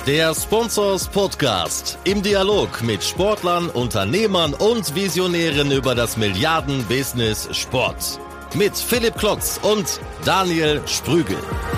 Der Sponsors Podcast im Dialog mit Sportlern, Unternehmern und Visionären über das Milliarden-Business Sport. Mit Philipp Klotz und Daniel Sprügel.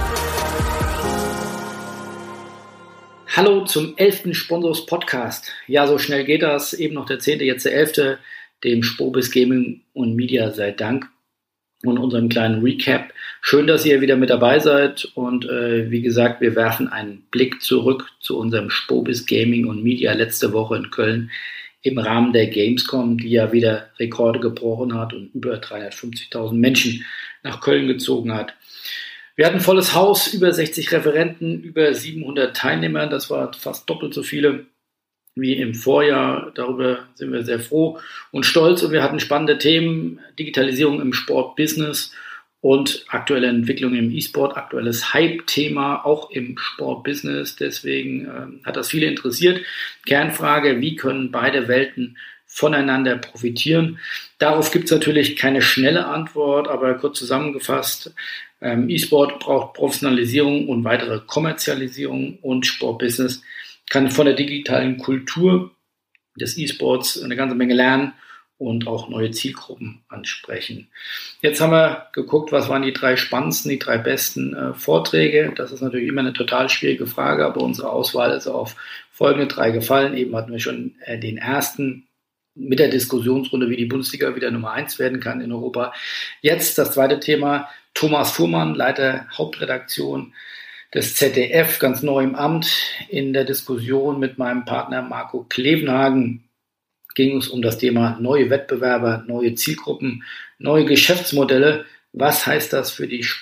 Hallo zum 11. Sponsors Podcast. Ja, so schnell geht das. Eben noch der 10., jetzt der 11., dem Spobis Gaming und Media sei Dank und unserem kleinen Recap. Schön, dass ihr wieder mit dabei seid und wie gesagt, wir werfen einen Blick zurück zu unserem Spobis Gaming und Media letzte Woche in Köln im Rahmen der Gamescom, die ja wieder Rekorde gebrochen hat und über 350.000 Menschen nach Köln gezogen hat. Wir hatten volles Haus, über 60 Referenten, über 700 Teilnehmer, das war fast doppelt so viele wie im Vorjahr. Darüber sind wir sehr froh und stolz. Und wir hatten spannende Themen, Digitalisierung im Sportbusiness und aktuelle Entwicklung im E-Sport, aktuelles Hype-Thema auch im Sportbusiness. Deswegen hat das viele interessiert. Kernfrage, wie können beide Welten voneinander profitieren? Darauf gibt es natürlich keine schnelle Antwort, aber kurz zusammengefasst, E-Sport braucht Professionalisierung und weitere Kommerzialisierung und Sportbusiness kann von der digitalen Kultur des E-Sports eine ganze Menge lernen und auch neue Zielgruppen ansprechen. Jetzt haben wir geguckt, was waren die 3 spannendsten, die 3 besten Vorträge. Das ist natürlich immer eine total schwierige Frage, aber unsere Auswahl ist auf folgende 3 gefallen. Eben hatten wir schon den ersten mit der Diskussionsrunde, wie die Bundesliga wieder Nummer 1 werden kann in Europa. Jetzt das zweite Thema, Thomas Fuhrmann, Leiter Hauptredaktion des ZDF, ganz neu im Amt. In der Diskussion mit meinem Partner Marco Klevenhagen ging es um das Thema neue Wettbewerber, neue Zielgruppen, neue Geschäftsmodelle. Was heißt das für die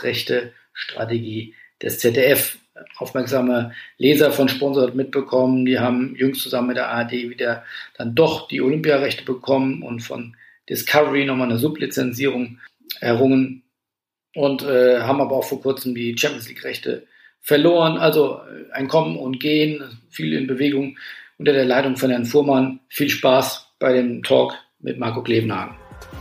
Sportrechte-Strategie des ZDF? Aufmerksame Leser von Sponsor hat mitbekommen, die haben jüngst zusammen mit der ARD wieder dann doch die Olympiarechte bekommen und von Discovery nochmal eine Sublizenzierung errungen. Und haben aber auch vor kurzem die Champions League-Rechte verloren. Also ein Kommen und Gehen, viel in Bewegung unter der Leitung von Herrn Fuhrmann. Viel Spaß bei dem Talk mit Marco Klevenhagen.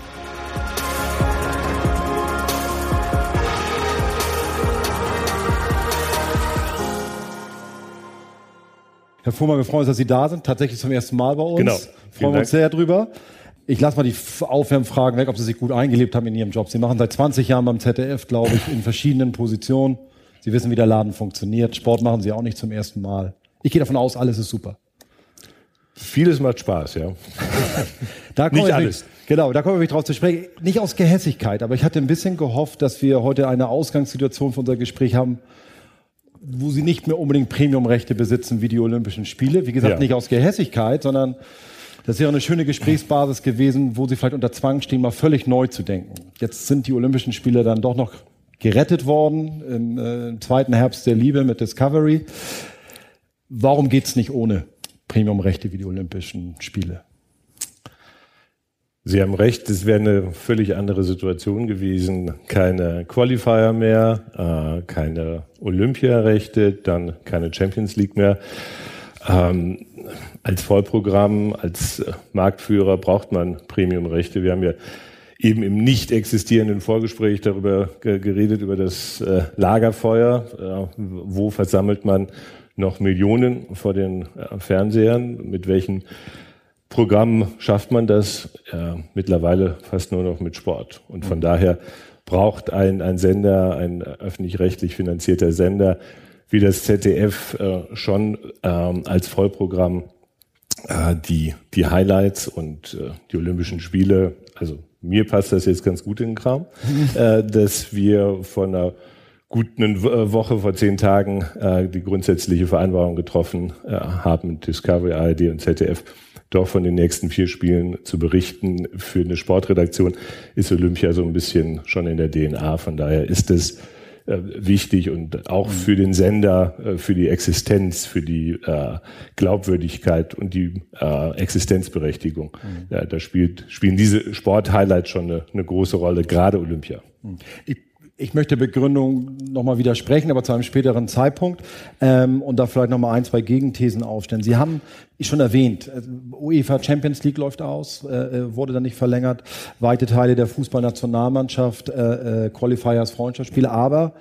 Herr Fuhrmann, wir freuen uns, dass Sie da sind. Tatsächlich zum ersten Mal bei uns. Genau. Freuen wir uns sehr drüber. Ich lasse mal die Aufwärmfragen weg, ob Sie sich gut eingelebt haben in Ihrem Job. Sie machen seit 20 Jahren beim ZDF, glaube ich, in verschiedenen Positionen. Sie wissen, wie der Laden funktioniert. Sport machen Sie auch nicht zum ersten Mal. Ich gehe davon aus, alles ist super. Vieles macht Spaß, ja. Nicht alles. Genau, da kommen wir drauf zu sprechen. Nicht aus Gehässigkeit, aber ich hatte ein bisschen gehofft, dass wir heute eine Ausgangssituation für unser Gespräch haben, wo Sie nicht mehr unbedingt Premium-Rechte besitzen wie die Olympischen Spiele. Wie gesagt, nicht aus Gehässigkeit, sondern das wäre eine schöne Gesprächsbasis gewesen, wo Sie vielleicht unter Zwang stehen, mal völlig neu zu denken. Jetzt sind die Olympischen Spiele dann doch noch gerettet worden im zweiten Herbst der Liebe mit Discovery. Warum geht's nicht ohne Premium-Rechte wie die Olympischen Spiele? Sie haben recht, es wäre eine völlig andere Situation gewesen. Keine Qualifier mehr, keine Olympiarechte, dann keine Champions League mehr. Als Vollprogramm, als Marktführer braucht man Premium-Rechte. Wir haben ja eben im nicht existierenden Vorgespräch darüber geredet, über das Lagerfeuer. Wo versammelt man noch Millionen vor den Fernsehern? Mit welchen Programmen schafft man das? Mittlerweile fast nur noch mit Sport. Und von daher braucht ein Sender, ein öffentlich-rechtlich finanzierter Sender, wie das ZDF schon als Vollprogramm die Highlights und die Olympischen Spiele, also mir passt das jetzt ganz gut in den Kram, dass wir von einer guten Woche vor 10 Tagen die grundsätzliche Vereinbarung getroffen haben mit Discovery, ARD und ZDF, doch von den nächsten 4 Spielen zu berichten. Für eine Sportredaktion ist Olympia so ein bisschen schon in der DNA, von daher ist es wichtig und auch für den Sender, für die Existenz, für die Glaubwürdigkeit und die Existenzberechtigung. Ja, da spielen diese Sport-Highlights schon eine große Rolle, gerade Olympia. Ich möchte Begründung nochmal widersprechen, aber zu einem späteren Zeitpunkt und da vielleicht nochmal 1, 2 Gegenthesen aufstellen. Sie haben schon erwähnt, UEFA Champions League läuft aus, wurde dann nicht verlängert, weite Teile der Fußballnationalmannschaft, Qualifiers, Freundschaftsspiele, aber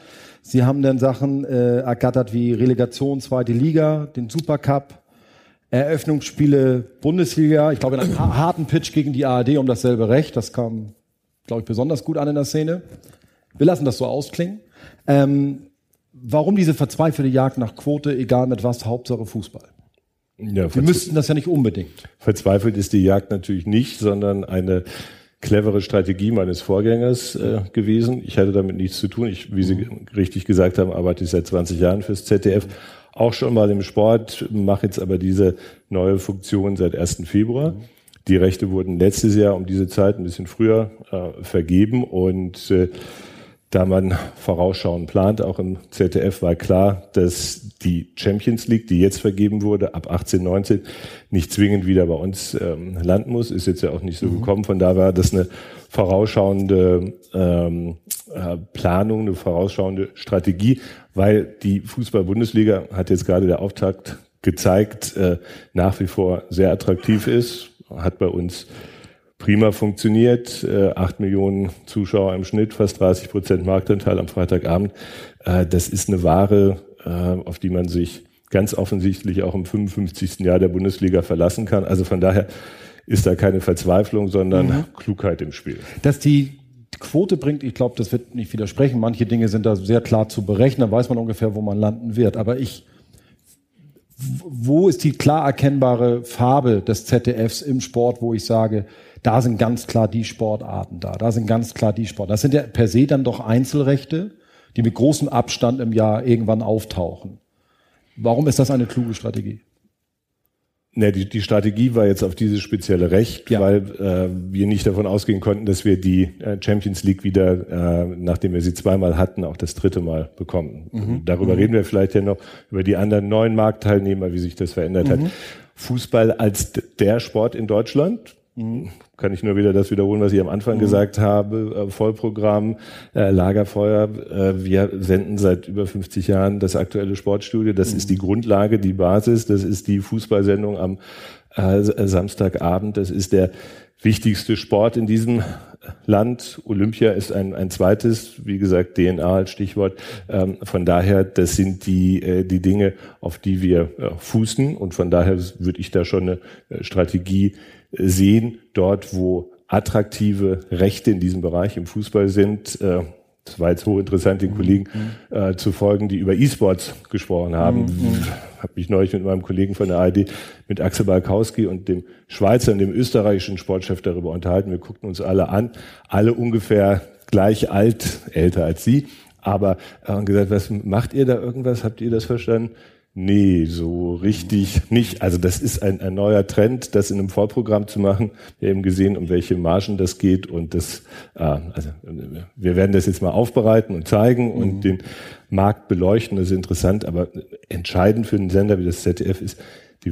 Sie haben dann Sachen ergattert wie Relegation, zweite Liga, den Supercup, Eröffnungsspiele, Bundesliga. Ich glaube, in einem harten Pitch gegen die ARD um dasselbe Recht. Das kam, glaube ich, besonders gut an in der Szene. Wir lassen das so ausklingen. Warum diese verzweifelte Jagd nach Quote, egal mit was, Hauptsache Fußball? Ja, wir müssten das ja nicht unbedingt. Verzweifelt ist die Jagd natürlich nicht, sondern eine clevere Strategie meines Vorgängers gewesen. Ich hatte damit nichts zu tun. Wie Sie richtig gesagt haben, arbeite ich seit 20 Jahren fürs ZDF. Auch schon mal im Sport, mache jetzt aber diese neue Funktion seit 1. Februar. Die Rechte wurden letztes Jahr um diese Zeit ein bisschen früher vergeben und da man vorausschauend plant, auch im ZDF war klar, dass die Champions League, die jetzt vergeben wurde, ab 18, 19 nicht zwingend wieder bei uns landen muss. Ist jetzt ja auch nicht so gekommen. Von daher war das eine vorausschauende Planung, eine vorausschauende Strategie, weil die Fußball-Bundesliga, hat jetzt gerade der Auftakt gezeigt, nach wie vor sehr attraktiv ist, hat bei uns prima funktioniert, 8 Millionen Zuschauer im Schnitt, fast 30% Marktanteil am Freitagabend. Das ist eine Ware, auf die man sich ganz offensichtlich auch im 55. Jahr der Bundesliga verlassen kann. Also von daher ist da keine Verzweiflung, sondern Klugheit im Spiel. Dass die Quote bringt, ich glaube, das wird nicht widersprechen. Manche Dinge sind da sehr klar zu berechnen, da weiß man ungefähr, wo man landen wird. Aber wo ist die klar erkennbare Farbe des ZDFs im Sport, wo ich sage, da sind ganz klar die Sportarten da sind ganz klar die Sportarten. Das sind ja per se dann doch Einzelrechte, die mit großem Abstand im Jahr irgendwann auftauchen. Warum ist das eine kluge Strategie? Ne, die Strategie war jetzt auf dieses spezielle Recht, weil wir nicht davon ausgehen konnten, dass wir die Champions League wieder, nachdem wir sie zweimal hatten, auch das dritte Mal bekommen. Darüber reden wir vielleicht ja noch, über die anderen 9 Marktteilnehmer, wie sich das verändert hat. Fußball als der Sport in Deutschland, kann ich nur wieder das wiederholen, was ich am Anfang gesagt habe. Vollprogramm, Lagerfeuer. Wir senden seit über 50 Jahren das aktuelle Sportstudio. Das ist die Grundlage, die Basis. Das ist die Fußballsendung am Samstagabend. Das ist der wichtigste Sport in diesem Land. Olympia ist ein zweites, wie gesagt, DNA als Stichwort. Von daher, das sind die Dinge, auf die wir fußen. Und von daher würde ich da schon eine Strategie sehen, dort wo attraktive Rechte in diesem Bereich im Fußball sind. Das war jetzt hochinteressant, den Kollegen zu folgen, die über E-Sports gesprochen haben. Habe mich neulich mit meinem Kollegen von der ARD, mit Axel Balkowski und dem Schweizer und dem österreichischen Sportchef darüber unterhalten. Wir guckten uns alle an, alle ungefähr gleich alt, älter als Sie, aber haben gesagt, was macht ihr da irgendwas? Habt ihr das verstanden? Nee, so richtig nicht. Also das ist ein neuer Trend, das in einem Vollprogramm zu machen. Wir haben gesehen, um welche Margen das geht und also wir werden das jetzt mal aufbereiten und zeigen und den Markt beleuchten. Das ist interessant, aber entscheidend für einen Sender wie das ZDF ist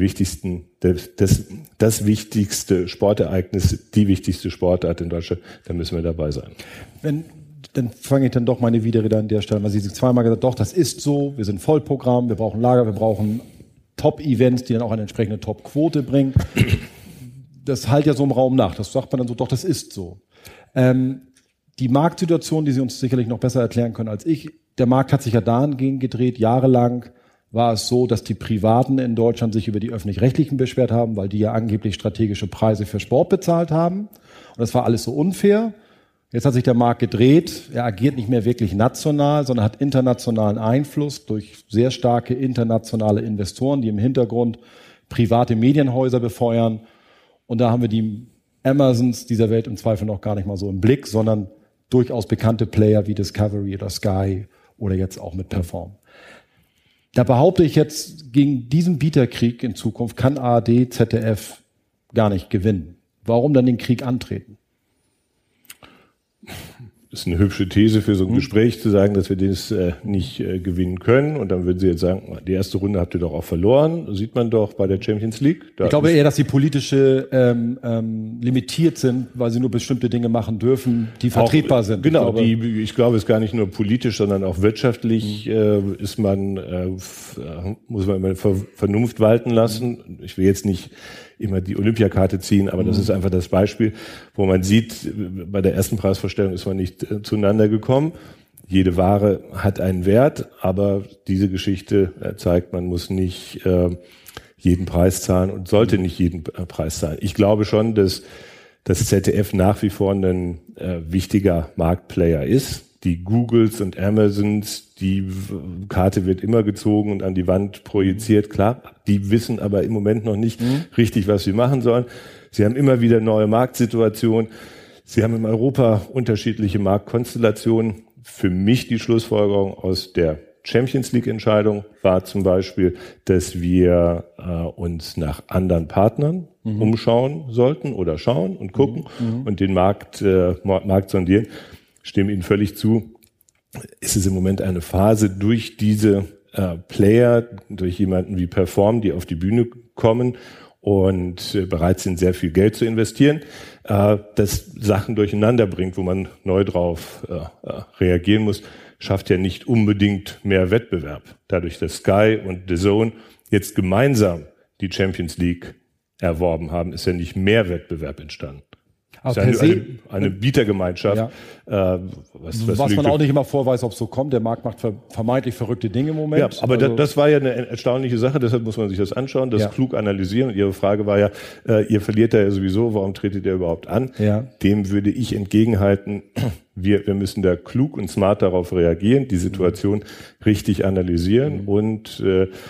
das wichtigste Sportereignis, die wichtigste Sportart in Deutschland. Da müssen wir dabei sein. Dann fange ich dann doch meine Widerrede an der Stelle. Weil Sie zweimal gesagt, doch, das ist so, wir sind Vollprogramm, wir brauchen Lager, wir brauchen Top-Events, die dann auch eine entsprechende Top-Quote bringen. Das halt ja so im Raum nach. Das sagt man dann so, doch, das ist so. Die Marktsituation, die Sie uns sicherlich noch besser erklären können als ich, der Markt hat sich ja dahingehend gedreht. Jahrelang war es so, dass die Privaten in Deutschland sich über die Öffentlich-Rechtlichen beschwert haben, weil die ja angeblich strategische Preise für Sport bezahlt haben. Und das war alles so unfair. Jetzt hat sich der Markt gedreht. Er agiert nicht mehr wirklich national, sondern hat internationalen Einfluss durch sehr starke internationale Investoren, die im Hintergrund private Medienhäuser befeuern. Und da haben wir die Amazons dieser Welt im Zweifel noch gar nicht mal so im Blick, sondern durchaus bekannte Player wie Discovery oder Sky oder jetzt auch mit Perform. Da behaupte ich jetzt, gegen diesen Bieterkrieg in Zukunft kann ARD, ZDF gar nicht gewinnen. Warum dann den Krieg antreten? Das ist eine hübsche These für so ein Gespräch, zu sagen, dass wir das nicht gewinnen können. Und dann würden Sie jetzt sagen, die erste Runde habt ihr doch auch verloren. Das sieht man doch bei der Champions League. Ich glaube eher, dass sie politische limitiert sind, weil sie nur bestimmte Dinge machen dürfen, die vertretbar sind. Genau, ich glaube, es ist gar nicht nur politisch, sondern auch wirtschaftlich muss man immer Vernunft walten lassen. Ich will jetzt nicht immer die Olympiakarte ziehen, aber das ist einfach das Beispiel, wo man sieht, bei der ersten Preisvorstellung ist man nicht zueinander gekommen. jede Ware hat einen Wert, aber diese Geschichte zeigt, man muss nicht jeden Preis zahlen und sollte nicht jeden Preis zahlen. Ich glaube schon, dass das ZDF nach wie vor ein wichtiger Marktplayer ist. Die Googles und Amazons, die Karte wird immer gezogen und an die Wand projiziert. Klar, die wissen aber im Moment noch nicht richtig, was sie machen sollen. Sie haben immer wieder neue Marktsituationen. Sie haben in Europa unterschiedliche Marktkonstellationen. Für mich die Schlussfolgerung aus der Champions League-Entscheidung war zum Beispiel, dass wir uns nach anderen Partnern umschauen sollten oder schauen und gucken und den Markt sondieren. Stimme Ihnen völlig zu. Es ist im Moment eine Phase durch diese Player, durch jemanden wie Perform, die auf die Bühne kommen und bereit sind, sehr viel Geld zu investieren, das Sachen durcheinander bringt, wo man neu drauf reagieren muss, schafft ja nicht unbedingt mehr Wettbewerb. Dadurch, dass Sky und DAZN jetzt gemeinsam die Champions League erworben haben, ist ja nicht mehr Wettbewerb entstanden. Aber es ist eine Bietergemeinschaft. Ja. Was man auch nicht immer vorweist, ob es so kommt. Der Markt macht vermeintlich verrückte Dinge im Moment. Ja, aber das war ja eine erstaunliche Sache, deshalb muss man sich das anschauen, das klug analysieren. Und Ihre Frage war ja, ihr verliert da ja sowieso, warum tretet ihr überhaupt an? Ja. Dem würde ich entgegenhalten, wir müssen da klug und smart darauf reagieren, die Situation richtig analysieren und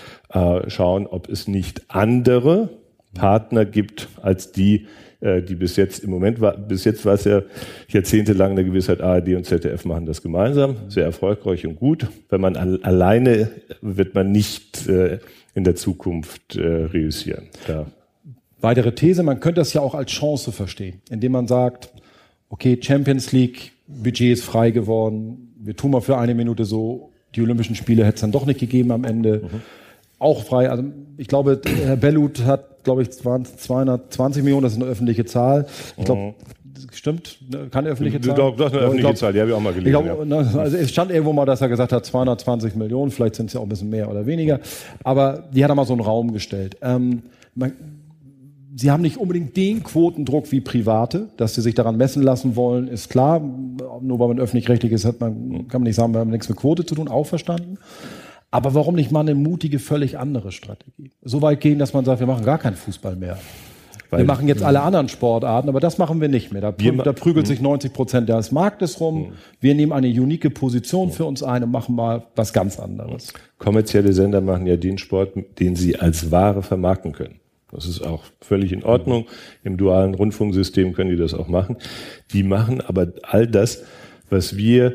schauen, ob es nicht andere Partner gibt als die bis jetzt bis jetzt war es ja jahrzehntelang eine Gewissheit, ARD und ZDF machen das gemeinsam, sehr erfolgreich und gut. Wenn man alleine wird man nicht in der Zukunft reüssieren. Ja. Weitere These, man könnte das ja auch als Chance verstehen, indem man sagt, okay, Champions League, Budget ist frei geworden, wir tun mal für eine Minute so, die Olympischen Spiele hätte es dann doch nicht gegeben am Ende. Auch frei, also ich glaube, Herr Bellut hat, glaube ich, es waren 220 Millionen, das ist eine öffentliche Zahl. Ich glaube, das stimmt, keine öffentliche Zahl. Doch, eine öffentliche Zahl, die habe ich auch mal gelesen. Also es stand irgendwo mal, dass er gesagt hat, 220 Millionen, vielleicht sind es ja auch ein bisschen mehr oder weniger, aber die hat er mal so einen Raum gestellt. Sie haben nicht unbedingt den Quotendruck wie Private, dass sie sich daran messen lassen wollen, ist klar. Nur weil man öffentlich-rechtlich ist, kann man nicht sagen, wir haben nichts mit Quote zu tun, auch verstanden. Aber warum nicht mal eine mutige, völlig andere Strategie? So weit gehen, dass man sagt, wir machen gar keinen Fußball mehr. Wir machen jetzt alle anderen Sportarten, aber das machen wir nicht mehr. Da prügelt sich 90% des Marktes rum. Wir nehmen eine unique Position für uns ein und machen mal was ganz anderes. Kommerzielle Sender machen ja den Sport, den sie als Ware vermarkten können. Das ist auch völlig in Ordnung. Im dualen Rundfunksystem können die das auch machen. Die machen aber all das, was wir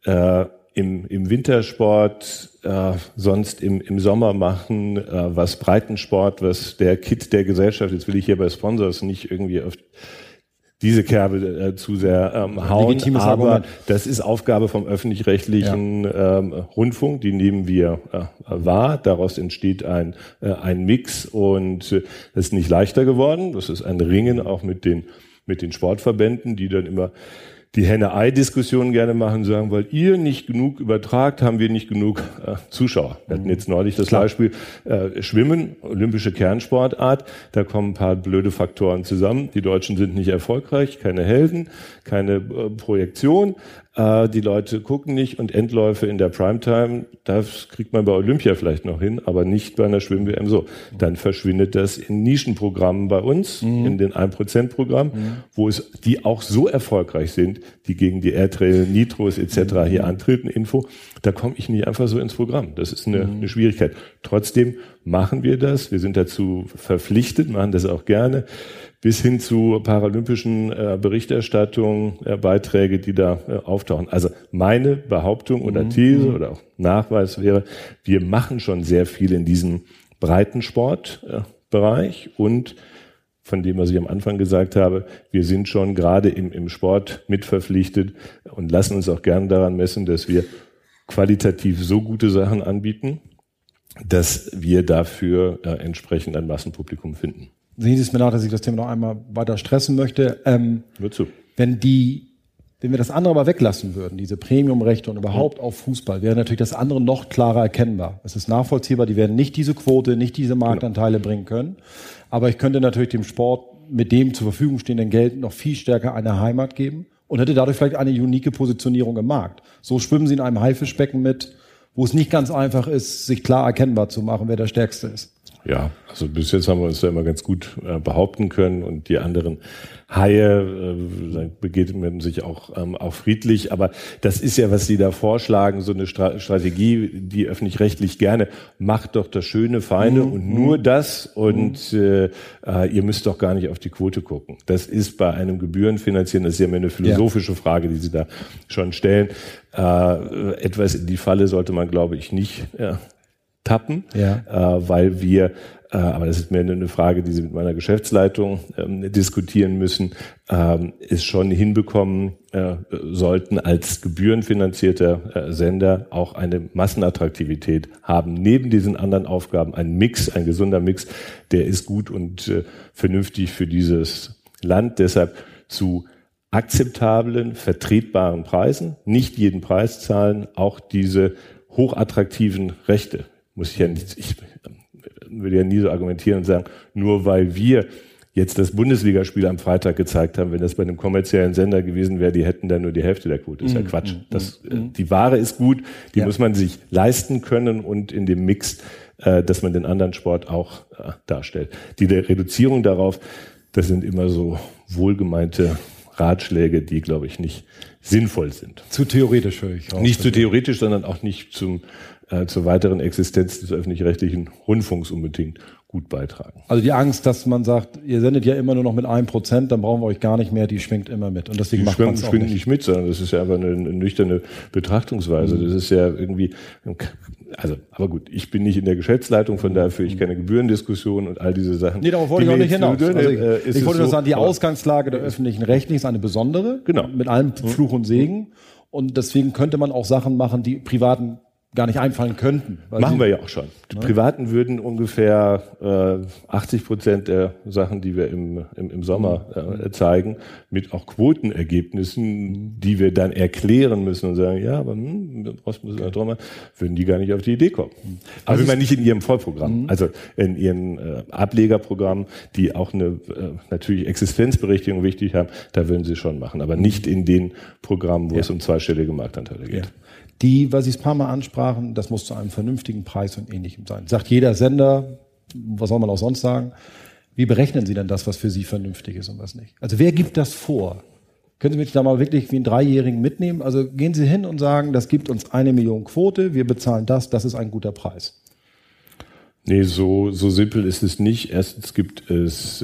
im Wintersport sonst im Sommer machen, was Breitensport, was der Kit der Gesellschaft, jetzt will ich hier bei Sponsors nicht irgendwie auf diese Kerbe zu sehr hauen, legitimes aber Argument. Das ist Aufgabe vom öffentlich-rechtlichen Rundfunk, die nehmen wir wahr. Daraus entsteht ein Mix und das ist nicht leichter geworden. Das ist ein Ringen auch mit den Sportverbänden, die dann immer die Henne-Ei-Diskussionen gerne machen, sagen, weil ihr nicht genug übertragt, haben wir nicht genug Zuschauer. Wir hatten jetzt neulich das Beispiel Schwimmen, olympische Kernsportart, da kommen ein paar blöde Faktoren zusammen. Die Deutschen sind nicht erfolgreich, keine Helden, keine Projektion. Die Leute gucken nicht und Endläufe in der Primetime, das kriegt man bei Olympia vielleicht noch hin, aber nicht bei einer Schwimm-WM so. Dann verschwindet das in Nischenprogrammen bei uns, in den 1%-Programmen, wo die auch so erfolgreich sind, die gegen die Airtrail, Nitros etc. hier antreten, Info, da komme ich nicht einfach so ins Programm. Das ist eine Schwierigkeit. Trotzdem machen wir das, wir sind dazu verpflichtet, machen das auch gerne, bis hin zu paralympischen Berichterstattungen, Beiträge, die da auftauchen. Also meine Behauptung oder These oder auch Nachweis wäre, wir machen schon sehr viel in diesem Breitensportbereich und von dem, was ich am Anfang gesagt habe, wir sind schon gerade im Sport mitverpflichtet und lassen uns auch gerne daran messen, dass wir qualitativ so gute Sachen anbieten, dass wir dafür entsprechend ein Massenpublikum finden. Sehen Sie es mir nach, dass ich das Thema noch einmal weiter stressen möchte. Wenn wir das andere aber weglassen würden, diese Premium-Rechte und überhaupt auf Fußball, wäre natürlich das andere noch klarer erkennbar. Es ist nachvollziehbar, die werden nicht diese Quote, nicht diese Marktanteile bringen können. Aber ich könnte natürlich dem Sport mit dem zur Verfügung stehenden Geld noch viel stärker eine Heimat geben und hätte dadurch vielleicht eine unique Positionierung im Markt. So schwimmen sie in einem Haifischbecken mit, wo es nicht ganz einfach ist, sich klar erkennbar zu machen, wer der Stärkste ist. Ja, also bis jetzt haben wir uns da immer ganz gut behaupten können und die anderen Haie begegnen sich auch friedlich. Aber das ist ja, was Sie da vorschlagen, so eine Strategie, die öffentlich-rechtlich gerne, macht doch das schöne, feine und nur das und ihr müsst doch gar nicht auf die Quote gucken. Das ist bei einem Gebührenfinanzieren, das ist ja mehr eine philosophische Frage, die Sie da schon stellen. Etwas in die Falle sollte man, glaube ich, nicht tappen, weil wir, aber das ist mehr eine Frage, die Sie mit meiner Geschäftsleitung diskutieren müssen, es schon hinbekommen sollten, als gebührenfinanzierter Sender auch eine Massenattraktivität haben. Neben diesen anderen Aufgaben ein Mix, ein gesunder Mix, der ist gut und vernünftig für dieses Land. Deshalb zu akzeptablen, vertretbaren Preisen, nicht jeden Preis zahlen, auch diese hochattraktiven Rechte. Ich würde ja nie so argumentieren und sagen, nur weil wir jetzt das Bundesligaspiel am Freitag gezeigt haben, wenn das bei einem kommerziellen Sender gewesen wäre, die hätten dann nur die Hälfte der Quote. Das ist ja Quatsch. Die Ware ist gut, die muss man sich leisten können und in dem Mix, dass man den anderen Sport auch darstellt. Die Reduzierung darauf, das sind immer so wohlgemeinte Ratschläge, die, glaube ich, nicht sinnvoll sind. Zu theoretisch höre ich raus. Nicht zu theoretisch, sondern auch nicht zur weiteren Existenz des öffentlich-rechtlichen Rundfunks unbedingt gut beitragen. Also die Angst, dass man sagt, ihr sendet ja immer nur noch mit 1%, dann brauchen wir euch gar nicht mehr, die schwingt immer mit. Und deswegen macht man es auch nicht. Die schwingt nicht mit, sondern das ist ja einfach eine nüchterne Betrachtungsweise. Das ist ja irgendwie, aber gut, ich bin nicht in der Geschäftsleitung, von daher führe ich keine Gebührendiskussion und all diese Sachen. Nee, darauf wollte ich auch nicht hinaus. Ich wollte nur sagen, die Ausgangslage der öffentlichen Rechtlichen ist eine besondere. Genau. Mit allem Fluch und Segen. Und deswegen könnte man auch Sachen machen, die Privaten gar nicht einfallen könnten. Machen wir ja auch schon. Die Privaten würden ungefähr 80% der Sachen, die wir im Sommer zeigen, mit auch Quotenergebnissen, die wir dann erklären müssen und sagen, ja, aber müssen wir drum machen, würden die gar nicht auf die Idee kommen. Aber wenn man nicht in ihrem Vollprogramm, also in ihren Ablegerprogrammen, die auch eine natürlich Existenzberechtigung wichtig haben, da würden sie schon machen, aber nicht in den Programmen, wo es um zweistellige Marktanteile geht. Die, was Sie es ein paar Mal ansprachen, das muss zu einem vernünftigen Preis und Ähnlichem sein. Sagt jeder Sender, was soll man auch sonst sagen? Wie berechnen Sie denn das, was für Sie vernünftig ist und was nicht? Also wer gibt das vor? Können Sie mich da mal wirklich wie einen Dreijährigen mitnehmen? Also gehen Sie hin und sagen, das gibt uns 1 Million Quote, wir bezahlen das ist ein guter Preis. Nee, so simpel ist es nicht. Erstens gibt es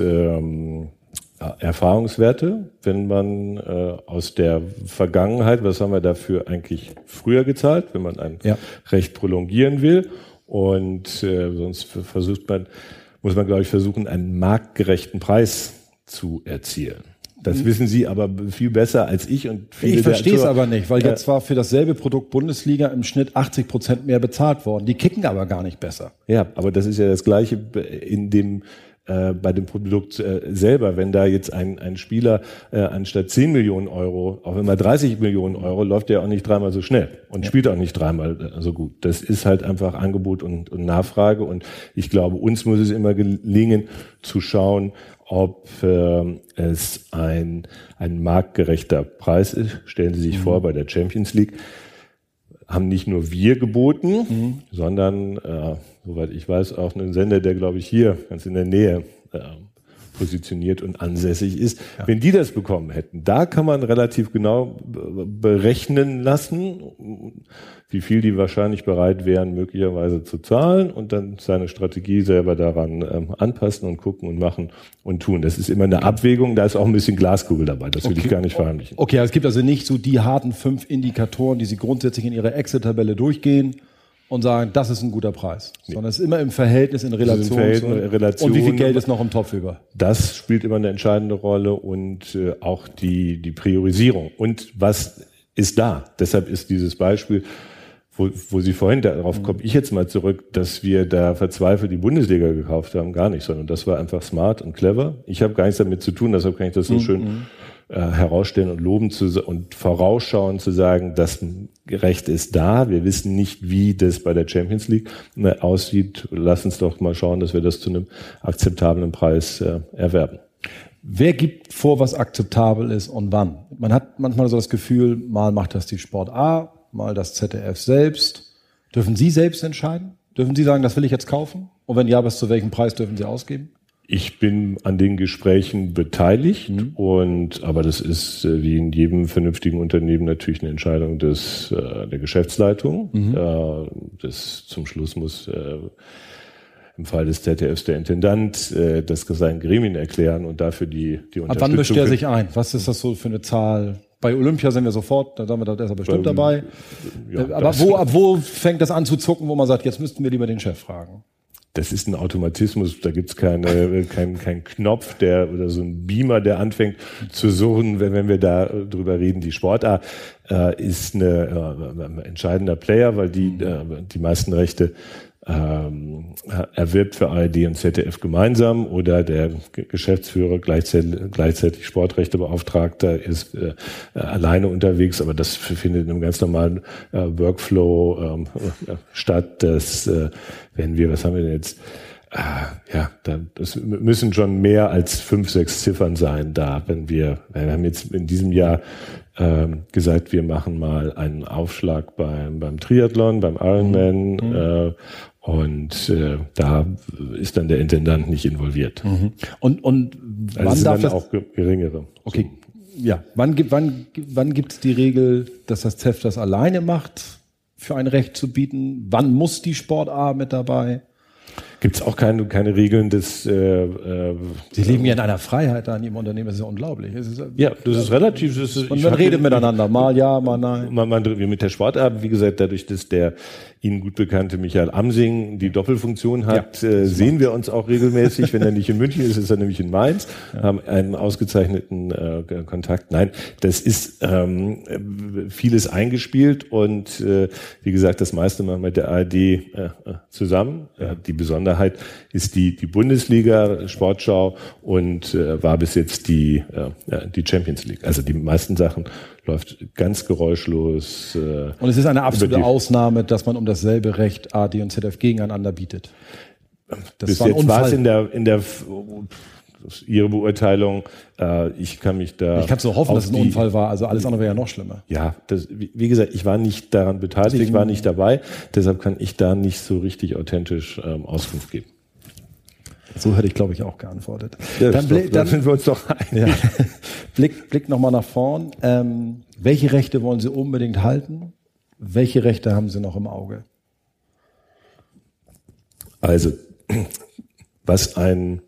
Erfahrungswerte, wenn man aus der Vergangenheit, was haben wir dafür eigentlich früher gezahlt, wenn man ein Recht prolongieren will und sonst muss man, glaube ich, versuchen, einen marktgerechten Preis zu erzielen. Das wissen Sie aber viel besser als ich und viele. Ich verstehe es aber nicht, weil jetzt war für dasselbe Produkt Bundesliga im Schnitt 80% mehr bezahlt worden. Die kicken aber gar nicht besser. Ja, aber das ist ja das Gleiche bei dem Produkt selber. Wenn da jetzt ein Spieler anstatt 10 Millionen Euro, auch immer 30 Millionen Euro, läuft der auch nicht dreimal so schnell und spielt auch nicht dreimal so gut. Das ist halt einfach Angebot und Nachfrage und ich glaube, uns muss es immer gelingen zu schauen, ob es ein marktgerechter Preis ist. Stellen Sie sich vor, bei der Champions League haben nicht nur wir geboten, sondern, soweit ich weiß, auch einen Sender, der, glaube ich, hier ganz in der Nähe positioniert und ansässig ist. Ja. Wenn die das bekommen hätten, da kann man relativ genau berechnen lassen, wie viel die wahrscheinlich bereit wären, möglicherweise zu zahlen und dann seine Strategie selber daran anpassen und gucken und machen und tun. Das ist immer eine Abwägung, da ist auch ein bisschen Glaskugel dabei, das will ich gar nicht verheimlichen. Okay, es gibt also nicht so die harten 5 Indikatoren, die Sie grundsätzlich in Ihrer Excel-Tabelle durchgehen und sagen, das ist ein guter Preis. Nee. Sondern es ist immer im Verhältnis, in Relation. Und wie viel Geld ist noch im Topf über? Das spielt immer eine entscheidende Rolle und auch die Priorisierung. Und was ist da? Deshalb ist dieses Beispiel, wo Sie vorhin, darauf komme ich jetzt mal zurück, dass wir da verzweifelt die Bundesliga gekauft haben, gar nicht, sondern das war einfach smart und clever. Ich habe gar nichts damit zu tun, deshalb kann ich das so schön herausstellen und loben und vorausschauen zu sagen, das Recht ist da. Wir wissen nicht, wie das bei der Champions League aussieht. Lass uns doch mal schauen, dass wir das zu einem akzeptablen Preis erwerben. Wer gibt vor, was akzeptabel ist und wann? Man hat manchmal so das Gefühl, mal macht das die Sport A, mal das ZDF selbst. Dürfen Sie selbst entscheiden? Dürfen Sie sagen, das will ich jetzt kaufen? Und wenn ja, bis zu welchem Preis dürfen Sie ausgeben? Ich bin an den Gesprächen beteiligt, aber das ist wie in jedem vernünftigen Unternehmen natürlich eine Entscheidung der Geschäftsleitung. Zum Schluss muss im Fall des ZDFs der Intendant das seinen Gremien erklären und dafür die Unterstützung. Ab wann mischt der sich ein? Was ist das so für eine Zahl? Bei Olympia sind wir sofort, da sagen wir, da ist er bestimmt dabei. Ja, aber ab wo fängt das an zu zucken, wo man sagt, jetzt müssten wir lieber den Chef fragen? Das ist ein Automatismus, da gibt's keinen Knopf oder so ein Beamer, der anfängt zu suchen, wenn wir da drüber reden. Die Sport A ist ein entscheidender Player, weil die meisten Rechte erwirbt für ARD und ZDF gemeinsam oder der Geschäftsführer gleichzeitig Sportrechtebeauftragter ist alleine unterwegs, aber das findet in einem ganz normalen Workflow statt, dass wenn wir, was haben wir denn jetzt? Das müssen schon mehr als 5, 6 Ziffern sein da, wir haben jetzt in diesem Jahr gesagt, wir machen mal einen Aufschlag beim Triathlon, beim Ironman, und da ist dann der Intendant nicht involviert. Und wann also darf dann auch geringere? Okay, ja. Wann gibt es die Regel, dass das ZEF das alleine macht, für ein Recht zu bieten? Wann muss die Sport A mit dabei? Gibt es auch keine Regeln des... Sie leben ja in einer Freiheit da in Ihrem Unternehmen, das ist ja unglaublich. Das ist relativ... Und man redet miteinander, mal ja, mal nein. Wir mit der Sportart, wie gesagt, dadurch, dass der Ihnen gut bekannte Michael Amsing die Doppelfunktion hat, sehen wir uns auch regelmäßig. Wenn er nicht in München ist, ist er nämlich in Mainz, haben einen ausgezeichneten Kontakt. Nein, das ist vieles eingespielt und wie gesagt, das meiste machen wir mit der ARD zusammen. Die Besonderheit ist die Bundesliga Sportschau und war bis jetzt die Champions League. Also die meisten Sachen läuft ganz geräuschlos. Und es ist eine absolute Ausnahme, dass man um dasselbe Recht ARD und ZDF gegeneinander bietet. Das bis war jetzt war es in der Ihre Beurteilung. Ich kann so hoffen, dass es ein Unfall war. Also alles andere wäre ja noch schlimmer. Ja, wie gesagt, ich war nicht daran beteiligt, ich war nicht dabei. Deshalb kann ich da nicht so richtig authentisch Auskunft geben. So hätte ich, glaube ich, auch geantwortet. Ja, dann sind wir uns doch einig. Ja. Blick nochmal nach vorn. Welche Rechte wollen Sie unbedingt halten? Welche Rechte haben Sie noch im Auge? Also, was ein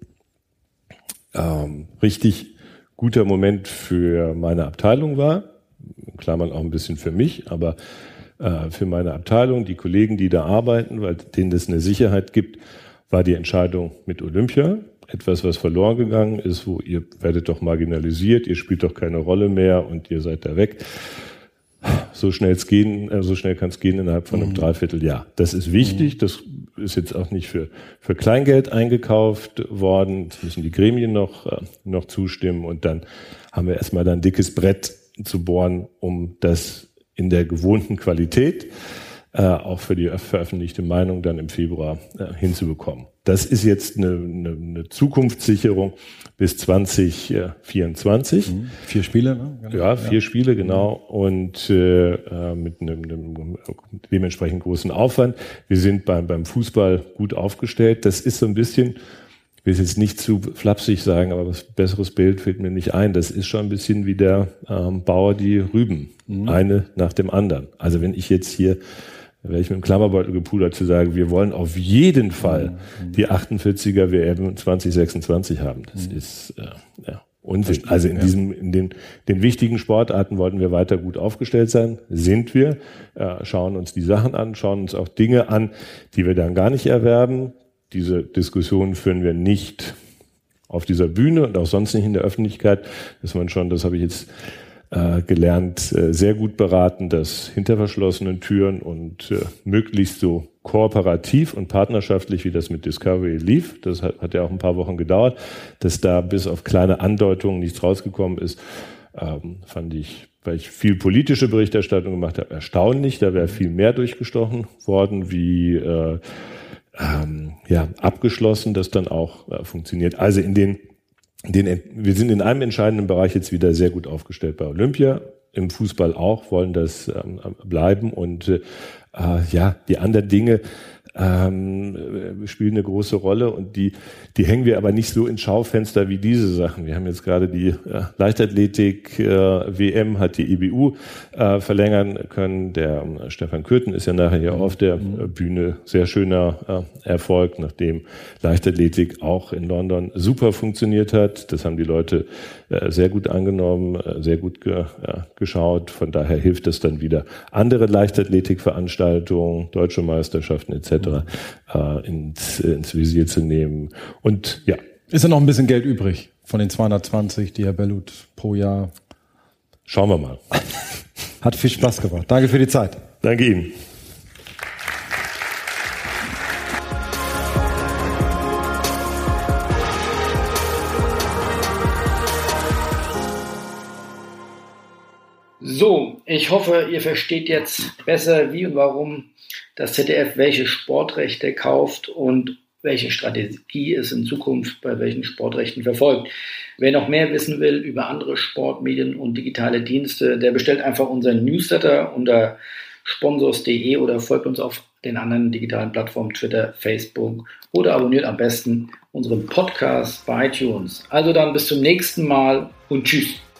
richtig guter Moment für meine Abteilung war, in Klammern auch ein bisschen für mich, aber für meine Abteilung, die Kollegen, die da arbeiten, weil denen das eine Sicherheit gibt, war die Entscheidung mit Olympia. Etwas, was verloren gegangen ist, wo ihr werdet doch marginalisiert, ihr spielt doch keine Rolle mehr und ihr seid da weg. So schnell kann es gehen innerhalb von einem Dreivierteljahr. Das ist wichtig, das ist jetzt auch nicht für Kleingeld eingekauft worden. Jetzt müssen die Gremien noch zustimmen und dann haben wir erstmal ein dickes Brett zu bohren, um das in der gewohnten Qualität auch für die veröffentlichte Meinung dann im Februar hinzubekommen. Das ist jetzt eine Zukunftssicherung bis 2024. 4 Spiele, ne? Genau. Ja, 4 Spiele, genau. Und mit einem dementsprechend großen Aufwand. Wir sind beim Fußball gut aufgestellt. Das ist so ein bisschen, ich will es jetzt nicht zu flapsig sagen, aber was besseres Bild fällt mir nicht ein. Das ist schon ein bisschen wie der Bauer die Rüben. Eine nach dem anderen. Also wenn ich jetzt hier wäre ich mit dem Klammerbeutel gepudert zu sagen, wir wollen auf jeden Fall die 48er WM 2026 haben. Das ist Unsinn. Also in den wichtigen Sportarten wollten wir weiter gut aufgestellt sein. Sind wir. Schauen uns die Sachen an, schauen uns auch Dinge an, die wir dann gar nicht erwerben. Diese Diskussion führen wir nicht auf dieser Bühne und auch sonst nicht in der Öffentlichkeit. Das habe ich jetzt gelernt, sehr gut beraten, dass hinter verschlossenen Türen und möglichst so kooperativ und partnerschaftlich, wie das mit Discovery lief, das hat ja auch ein paar Wochen gedauert, dass da bis auf kleine Andeutungen nichts rausgekommen ist, fand ich, weil ich viel politische Berichterstattung gemacht habe, erstaunlich. Da wäre viel mehr durchgestochen worden, wie abgeschlossen das dann auch funktioniert. Also in den wir sind in einem entscheidenden Bereich jetzt wieder sehr gut aufgestellt bei Olympia, im Fußball auch, wollen das bleiben und die anderen Dinge spielen eine große Rolle und die hängen wir aber nicht so ins Schaufenster wie diese Sachen. Wir haben jetzt gerade die Leichtathletik WM hat die EBU verlängern können. Der Stefan Kürten ist ja nachher hier auf der Bühne. Sehr schöner Erfolg, nachdem Leichtathletik auch in London super funktioniert hat. Das haben die Leute sehr gut angenommen, sehr gut geschaut. Von daher hilft es dann wieder, andere Leichtathletikveranstaltungen, deutsche Meisterschaften etc. ins Visier zu nehmen. Und ja. Ist ja noch ein bisschen Geld übrig von den 220, die Herr Bellut pro Jahr? Schauen wir mal. Hat viel Spaß gemacht. Danke für die Zeit. Danke Ihnen. So, ich hoffe, ihr versteht jetzt besser, wie und warum das ZDF welche Sportrechte kauft und welche Strategie es in Zukunft bei welchen Sportrechten verfolgt. Wer noch mehr wissen will über andere Sportmedien und digitale Dienste, der bestellt einfach unseren Newsletter unter sponsors.de oder folgt uns auf den anderen digitalen Plattformen Twitter, Facebook oder abonniert am besten unseren Podcast bei iTunes. Also dann bis zum nächsten Mal und tschüss.